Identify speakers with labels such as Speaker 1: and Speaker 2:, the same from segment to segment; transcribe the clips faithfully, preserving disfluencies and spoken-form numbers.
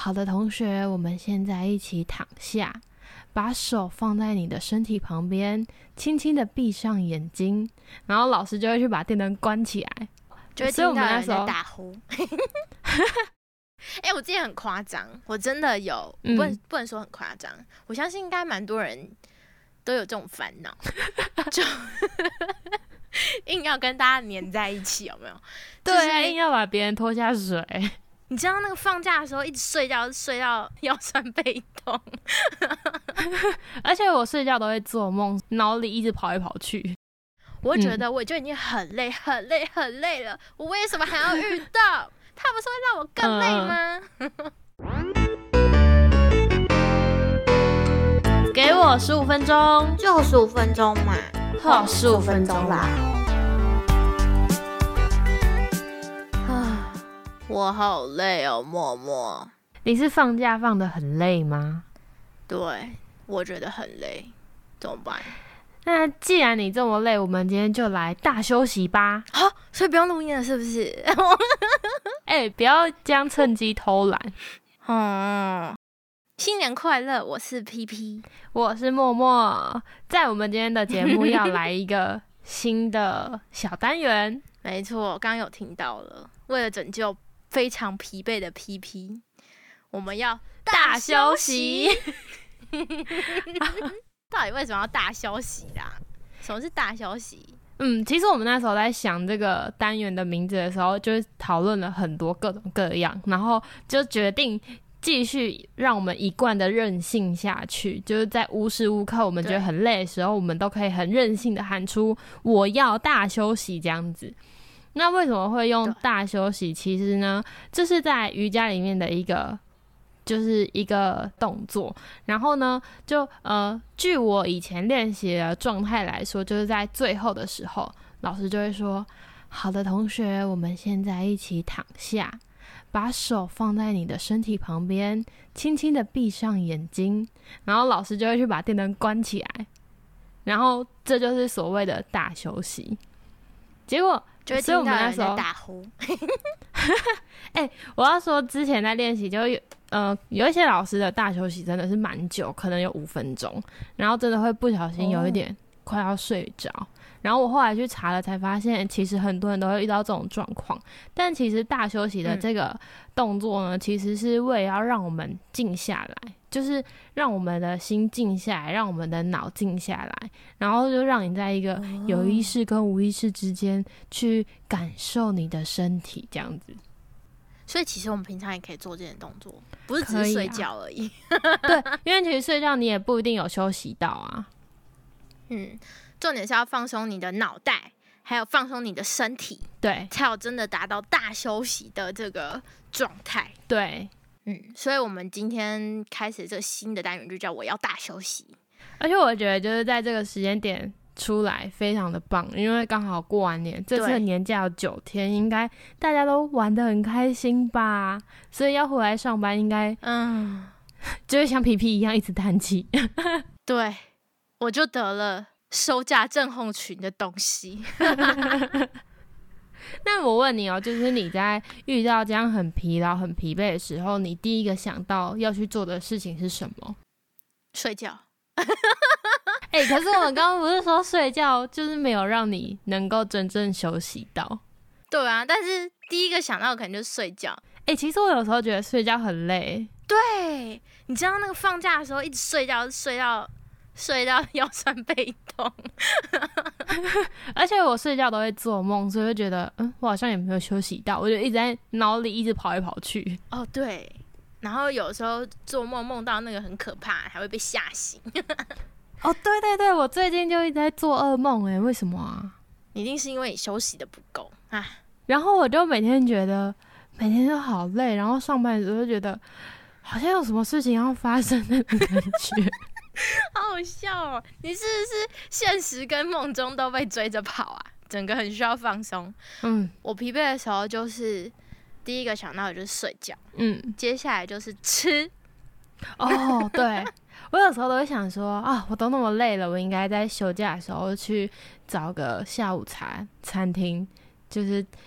Speaker 1: 好的同学，我们现在一起躺下，把手放在你的身体旁边，轻轻的闭上眼睛，然后老师就会去把电灯关起来，
Speaker 2: 就会听到有人在打呼。哎、欸，我之前很夸张，我真的有，嗯、不能不能说很夸张，我相信应该蛮多人都有这种烦恼，就硬要跟大家黏在一起，有没有？
Speaker 1: 对啊，就是、硬要把别人拖下水。
Speaker 2: 你知道那个放假的时候一直睡觉，睡到腰酸背痛，
Speaker 1: 而且我睡觉都会做梦，脑里一直跑来跑去。
Speaker 2: 我会觉得我就已经很累、很累、很累了，我为什么还要遇到？他不是会让我更累吗？
Speaker 1: 嗯、给我十五分钟，
Speaker 3: 就十五分钟嘛，
Speaker 1: 好，十五分钟啦。
Speaker 2: 我好累哦，默默。
Speaker 1: 你是放假放得很累吗？
Speaker 2: 对，我觉得很累，怎么办？
Speaker 1: 那既然你这么累，我们今天就来大休息吧。
Speaker 2: 好、哦，所以不用录音了，是不是？
Speaker 1: 哎、欸，不要这样趁机偷懒。
Speaker 2: 嗯，新年快乐！我是 P P，
Speaker 1: 我是默默。在我们今天的节目要来一个新的小单元。
Speaker 2: 没错，刚刚有听到了。为了拯救非常疲惫的 P P， 我们要大休息。到底为什么要大休息啦？什么是大休息？
Speaker 1: 嗯，其实我们那时候在想这个单元的名字的时候，就是讨论了很多各种各样，然后就决定继续让我们一贯的任性下去，就是在无时无刻我们觉得很累的时候，我们都可以很任性的喊出我要大休息这样子。那为什么会用大休息？其实呢，这是在瑜伽里面的一个就是一个动作，然后呢，就呃，据我以前练习的状态来说，就是在最后的时候，老师就会说：“好的同学，我们现在一起躺下，把手放在你的身体旁边，轻轻的闭上眼睛。”然后老师就会去把电灯关起来，然后这就是所谓的大休息。结果。
Speaker 2: 就会听到有人在打呼。
Speaker 1: 哎、欸，我要说，之前在练习就有呃有一些老师的大休息真的是蛮久，可能有五分钟，然后真的会不小心有一点快要睡着。Oh. 然后我后来去查了，才发现其实很多人都会遇到这种状况。但其实大休息的这个动作呢，嗯、其实是为了要让我们静下来，就是让我们的心静下来，让我们的脑静下来，然后就让你在一个有意识跟無意識之间去感受你的身体，这样子。
Speaker 2: 所以其实我们平常也可以做这件动作，不是只是睡觉而已。
Speaker 1: 啊、对，因为其实睡觉你也不一定有休息到啊。
Speaker 2: 嗯，重点是要放松你的脑袋，还有放松你的身体，
Speaker 1: 对，
Speaker 2: 才有真的达到大休息的这个状态。
Speaker 1: 对。
Speaker 2: 嗯，所以我们今天开始这个新的单元就叫我要大休息。
Speaker 1: 而且我觉得就是在这个时间点出来非常的棒，因为刚好过完年，这次的年假有九天，应该大家都玩得很开心吧，所以要回来上班应该嗯，就会像皮皮一样一直叹气。
Speaker 2: 对，我就得了收假症候群的东西。
Speaker 1: 那我问你哦，就是你在遇到这样很疲劳、很疲惫的时候，你第一个想到要去做的事情是什么？
Speaker 2: 睡觉。
Speaker 1: 哎、欸，可是我们刚刚不是说睡觉就是没有让你能够真正休息到？
Speaker 2: 对啊，但是第一个想到的可能就是睡觉。
Speaker 1: 哎、欸，其实我有时候觉得睡觉很累。
Speaker 2: 对，你知道那个放假的时候一直睡觉，睡到睡到腰酸背痛。
Speaker 1: 而且我睡觉都会做梦，所以会觉得嗯，我好像也没有休息到，我就一直在脑里一直跑来跑去。
Speaker 2: 哦，对，然后有时候做梦梦到那个很可怕，还会被吓醒。
Speaker 1: 哦，对对对，我最近就一直在做噩梦，哎，为什么啊？
Speaker 2: 一定是因为你休息的不够啊。
Speaker 1: 然后我就每天觉得每天都好累，然后上班的时候就觉得好像有什么事情要发生那种感觉。
Speaker 2: 好好笑哦！你是不是现实跟梦中都被追着跑啊？整个很需要放松。嗯，我疲惫的时候就是第一个想到的就是睡觉，嗯，接下来就是吃。
Speaker 1: 哦，对，我有时候都会想说啊，我都那么累了，我应该在休假的时候去找个下午茶餐厅，就是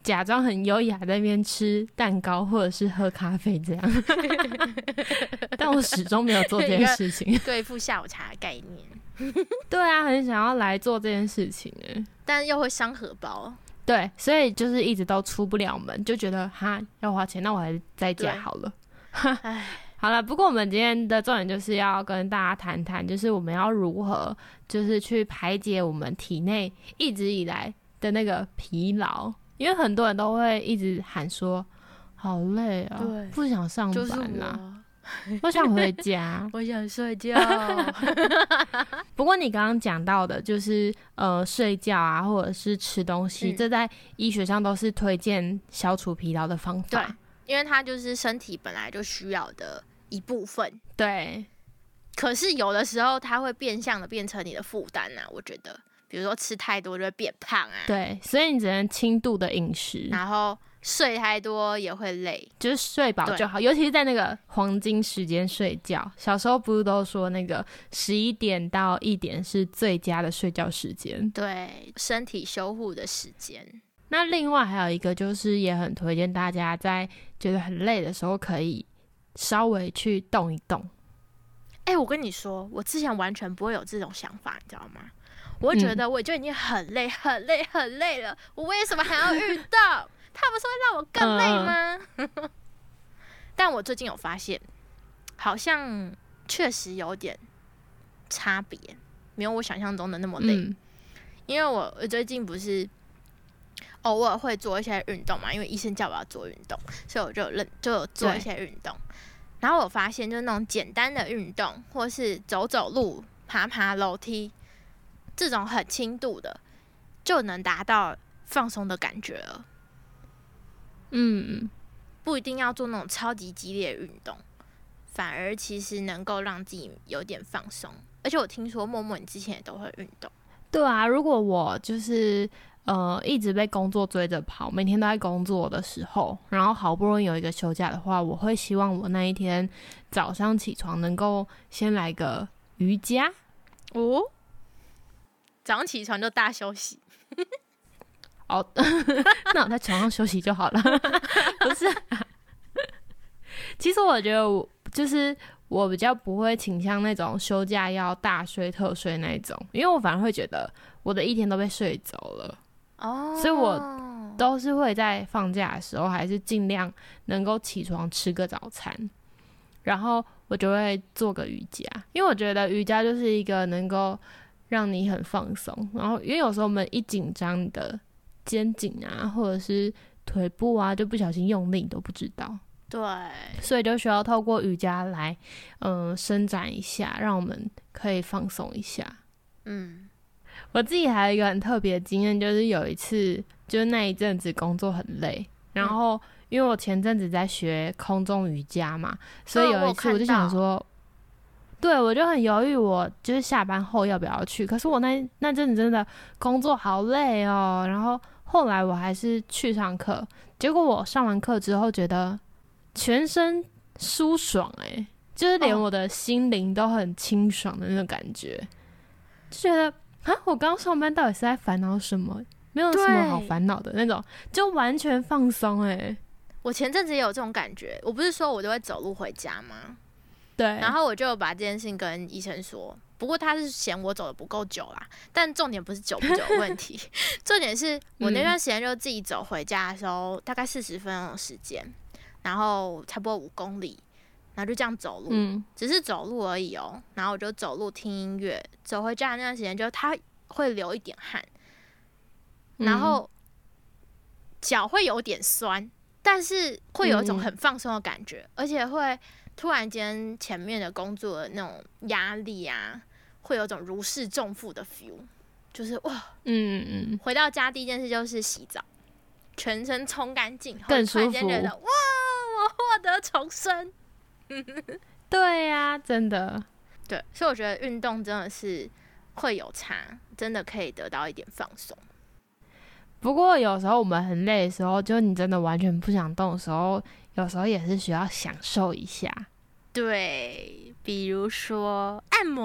Speaker 1: 假装很优雅在那边吃蛋糕或者是喝咖啡这样但我始终没有做这件事情
Speaker 2: 对付下午茶的概念
Speaker 1: 对啊，很想要来做这件事情耶，
Speaker 2: 但又会伤荷包。
Speaker 1: 对，所以就是一直都出不了门，就觉得哈要花钱，那我还是在家好了好了，不过我们今天的重点就是要跟大家谈谈，就是我们要如何就是去排解我们体内一直以来的那个疲劳，因为很多人都会一直喊说好累啊，不想上班啦、啊就是、我, 我想回家
Speaker 2: 我想睡觉
Speaker 1: 不过你刚刚讲到的就是呃睡觉啊或者是吃东西、嗯、这在医学上都是推荐消除疲劳的方法，
Speaker 2: 对，因为它就是身体本来就需要的一部分，
Speaker 1: 对，
Speaker 2: 可是有的时候它会变相的变成你的负担啊，我觉得比如说吃太多就会变胖啊，
Speaker 1: 对，所以你只能轻度的饮食，
Speaker 2: 然后睡太多也会累，
Speaker 1: 就是睡饱就好，尤其是在那个黄金时间睡觉。小时候不是都说那个十一点到一点是最佳的睡觉时间，
Speaker 2: 对，身体修复的时间。
Speaker 1: 那另外还有一个就是也很推荐大家在觉得很累的时候可以稍微去动一动。
Speaker 2: 哎、欸，我跟你说，我之前完全不会有这种想法，你知道吗？我会觉得我就已经很累、很累、很累了，我为什么还要运动？它不是会让我更累吗？嗯、但我最近有发现，好像确实有点差别，没有我想象中的那么累。嗯、因为我我最近不是偶尔会做一些运动嘛，因为医生叫我要做运动，所以我就有认就有做一些运动。然后我发现，就是那种简单的运动，或是走走路、爬爬楼梯，这种很轻度的，就能达到放松的感觉了。嗯，不一定要做那种超级激烈的运动，反而其实能够让自己有点放松。而且我听说默默你之前也都会运动。
Speaker 1: 对啊，如果我就是呃一直被工作追着跑，每天都在工作的时候，然后好不容易有一个休假的话，我会希望我那一天早上起床能够先来个瑜伽
Speaker 2: 哦，早上起床就大休息。
Speaker 1: 哦，那我在床上休息就好了。不是、啊，其实我觉得我就是我比较不会倾向那种休假要大睡特睡那种，因为我反而会觉得我的一天都被睡走了。哦，所以我都是会在放假的时候还是尽量能够起床吃个早餐，然后我就会做个瑜伽，因为我觉得瑜伽就是一个能够让你很放松，然后因为有时候我们一紧张你的肩颈啊或者是腿部啊就不小心用力你都不知道，
Speaker 2: 对，
Speaker 1: 所以就需要透过瑜伽来嗯伸展一下，让我们可以放松一下。嗯，我自己还有一个很特别的经验，就是有一次就是那一阵子工作很累，然后因为我前阵子在学空中瑜伽嘛，所以有一次我就想说、哦、对，我就很犹豫我就是下班后要不要去，可是我那那阵子真的工作好累哦，然后后来我还是去上课，结果我上完课之后觉得全身舒爽耶，就是连我的心灵都很清爽的那种感觉、哦、就觉得啊，我刚上班到底是在烦恼什么？没有什么好烦恼的那种，就完全放松耶。
Speaker 2: 我前阵子也有这种感觉，我不是说我都会走路回家吗？
Speaker 1: 对，
Speaker 2: 然后我就把这件事情跟医生说，不过他是嫌我走的不够久啦，但重点不是久不久的问题，重点是我那段时间就自己走回家的时候，嗯、大概四十分钟的时间，然后差不多五公里，然后就这样走路、嗯，只是走路而已哦。然后我就走路听音乐，走回家的那段时间，就他会流一点汗，然后脚会有点酸，但是会有一种很放松的感觉，嗯、而且会。突然间，前面的工作的那种压力啊，会有种如释重负的 feel， 就是哇，嗯嗯，回到家第一件事就是洗澡，全身冲干净，
Speaker 1: 更舒服。突然
Speaker 2: 间觉得哇，我获得重生。
Speaker 1: 对呀、啊，真的，
Speaker 2: 对，所以我觉得运动真的是会有差，真的可以得到一点放松。
Speaker 1: 不过有时候我们很累的时候，就你真的完全不想动的时候。有时候也是需要享受一下，
Speaker 2: 对，比如说按摩，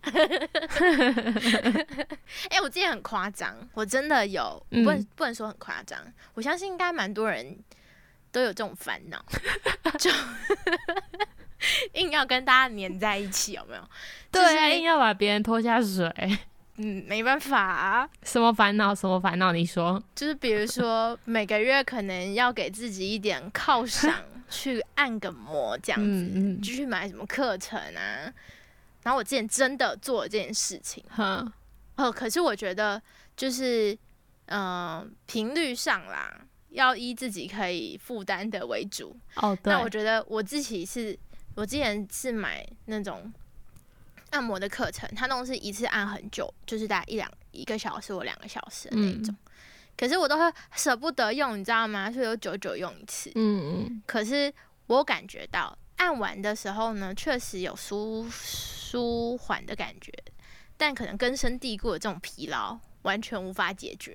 Speaker 2: 哎、欸，我之前很夸张，我真的有，嗯、不能不能说很夸张，我相信应该蛮多人都有这种烦恼，就硬要跟大家黏在一起，有没有？
Speaker 1: 对啊，就是、硬要把别人拖下水。
Speaker 2: 嗯，没办法啊。
Speaker 1: 什么烦恼？什么烦恼？你说。
Speaker 2: 就是比如说，每个月可能要给自己一点犒赏，去按个摩这样子，嗯嗯、就去买什么课程啊。然后我之前真的做了这件事情，哦、呃，可是我觉得就是，嗯，频率上啦，要依自己可以负担的为主。
Speaker 1: 哦，对。
Speaker 2: 那我觉得我自己是，我之前是买那种。按摩的课程，它那种是一次按很久，就是大概一两一个小时或两个小时的那种。嗯、可是我都会舍不得用，你知道吗？所以我久久用一次。嗯嗯。可是我感觉到按完的时候呢，确实有舒舒缓的感觉，但可能根深蒂固的这种疲劳完全无法解决。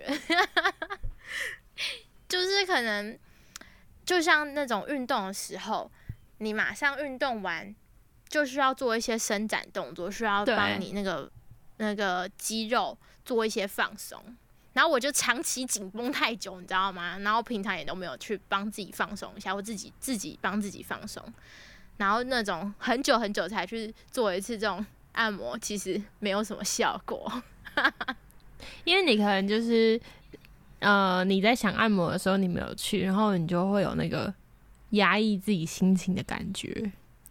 Speaker 2: 就是可能就像那种运动的时候，你马上运动完。就需要做一些伸展动作，需要帮你那个那个肌肉做一些放松。然后我就长期紧绷太久，你知道吗？然后平常也都没有去帮自己放松一下，我自己自己帮自己放松。然后那种很久很久才去做一次这种按摩，其实没有什么效果。
Speaker 1: 因为你可能就是呃你在想按摩的时候你没有去，然后你就会有那个压抑自己心情的感觉。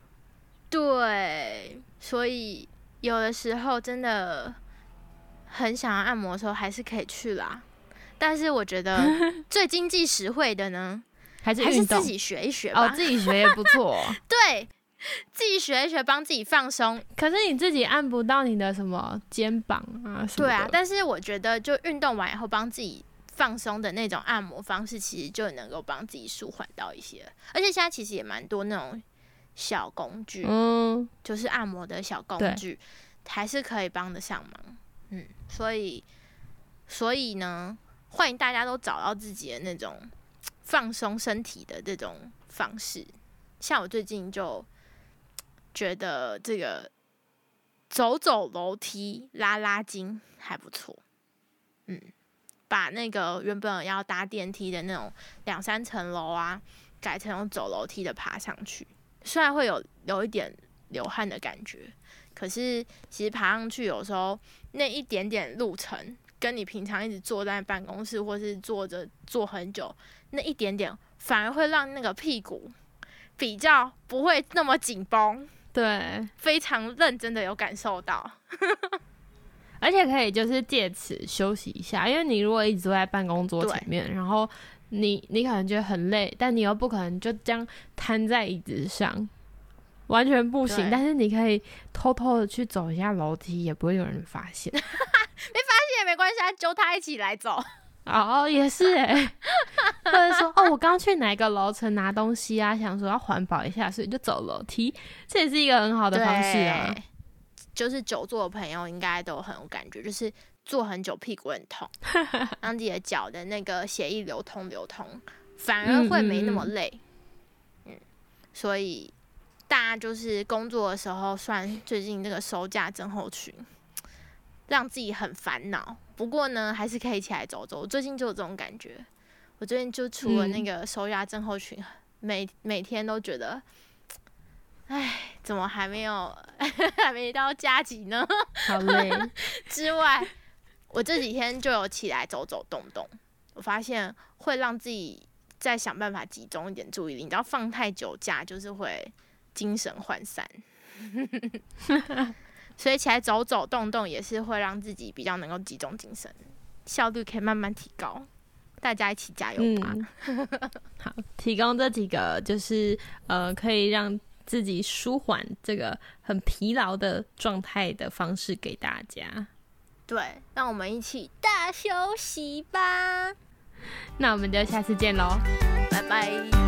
Speaker 2: 对，所以有的时候真的很想要按摩的时候，还是可以去啦。但是我觉得最经济实惠的呢，
Speaker 1: 还是
Speaker 2: 还是自己学一学吧。
Speaker 1: 哦，自己学也不错。
Speaker 2: 对，自己学一学，帮自己放松。
Speaker 1: 可是你自己按不到你的什么肩膀啊什么的。
Speaker 2: 对啊，但是我觉得就运动完以后帮自己放松的那种按摩方式，其实就能够帮自己舒缓到一些。而且现在其实也蛮多那种。小工具，嗯，就是按摩的小工具，还是可以帮得上忙，嗯，所以，所以呢，欢迎大家都找到自己的那种放松身体的这种方式。像我最近就觉得这个走走楼梯、拉拉筋还不错，嗯，把那个原本要搭电梯的那种两三层楼啊，改成用走楼梯的爬上去。虽然会有有一点流汗的感觉，可是其实爬上去有时候那一点点路程，跟你平常一直坐在办公室或是坐着坐很久，那一点点反而会让那个屁股比较不会那么紧绷。
Speaker 1: 对，
Speaker 2: 非常认真的有感受到。
Speaker 1: 而且可以就是借此休息一下，因为你如果一直坐在办公桌前面，然后你你可能觉得很累，但你又不可能就这样瘫在椅子上，完全不行。但是你可以偷偷的去走一下楼梯，也不会有人发现。
Speaker 2: 没发现也没关系，揪他一起来走。
Speaker 1: 哦，也是哎。或者说，哦，我刚去哪个楼层拿东西啊，想说要环保一下，所以就走楼梯，这也是一个很好的方式啊。
Speaker 2: 就是久坐的朋友应该都很有感觉，就是坐很久屁股很痛，让自己的脚的那个血液流通流通，反而会没那么累。嗯, 嗯，所以大家就是工作的时候，虽然最近这个收假症候群让自己很烦恼，不过呢，还是可以起来走走。我最近就有这种感觉，我最近就除了那个收假症候群，每每天都觉得。唉，怎么还没有还没到假期呢？
Speaker 1: 好累。
Speaker 2: 之外，我这几天就有起来走走动动，我发现会让自己再想办法集中一点注意力。你知道，放太久假就是会精神涣散，所以起来走走动动也是会让自己比较能够集中精神，效率可以慢慢提高。大家一起加油吧！
Speaker 1: 嗯、好，提供这几个就是呃，可以让自己舒缓这个很疲劳的状态的方式给大家。
Speaker 2: 对，让我们一起大休息吧。
Speaker 1: 那我们就下次见咯，
Speaker 2: 拜拜。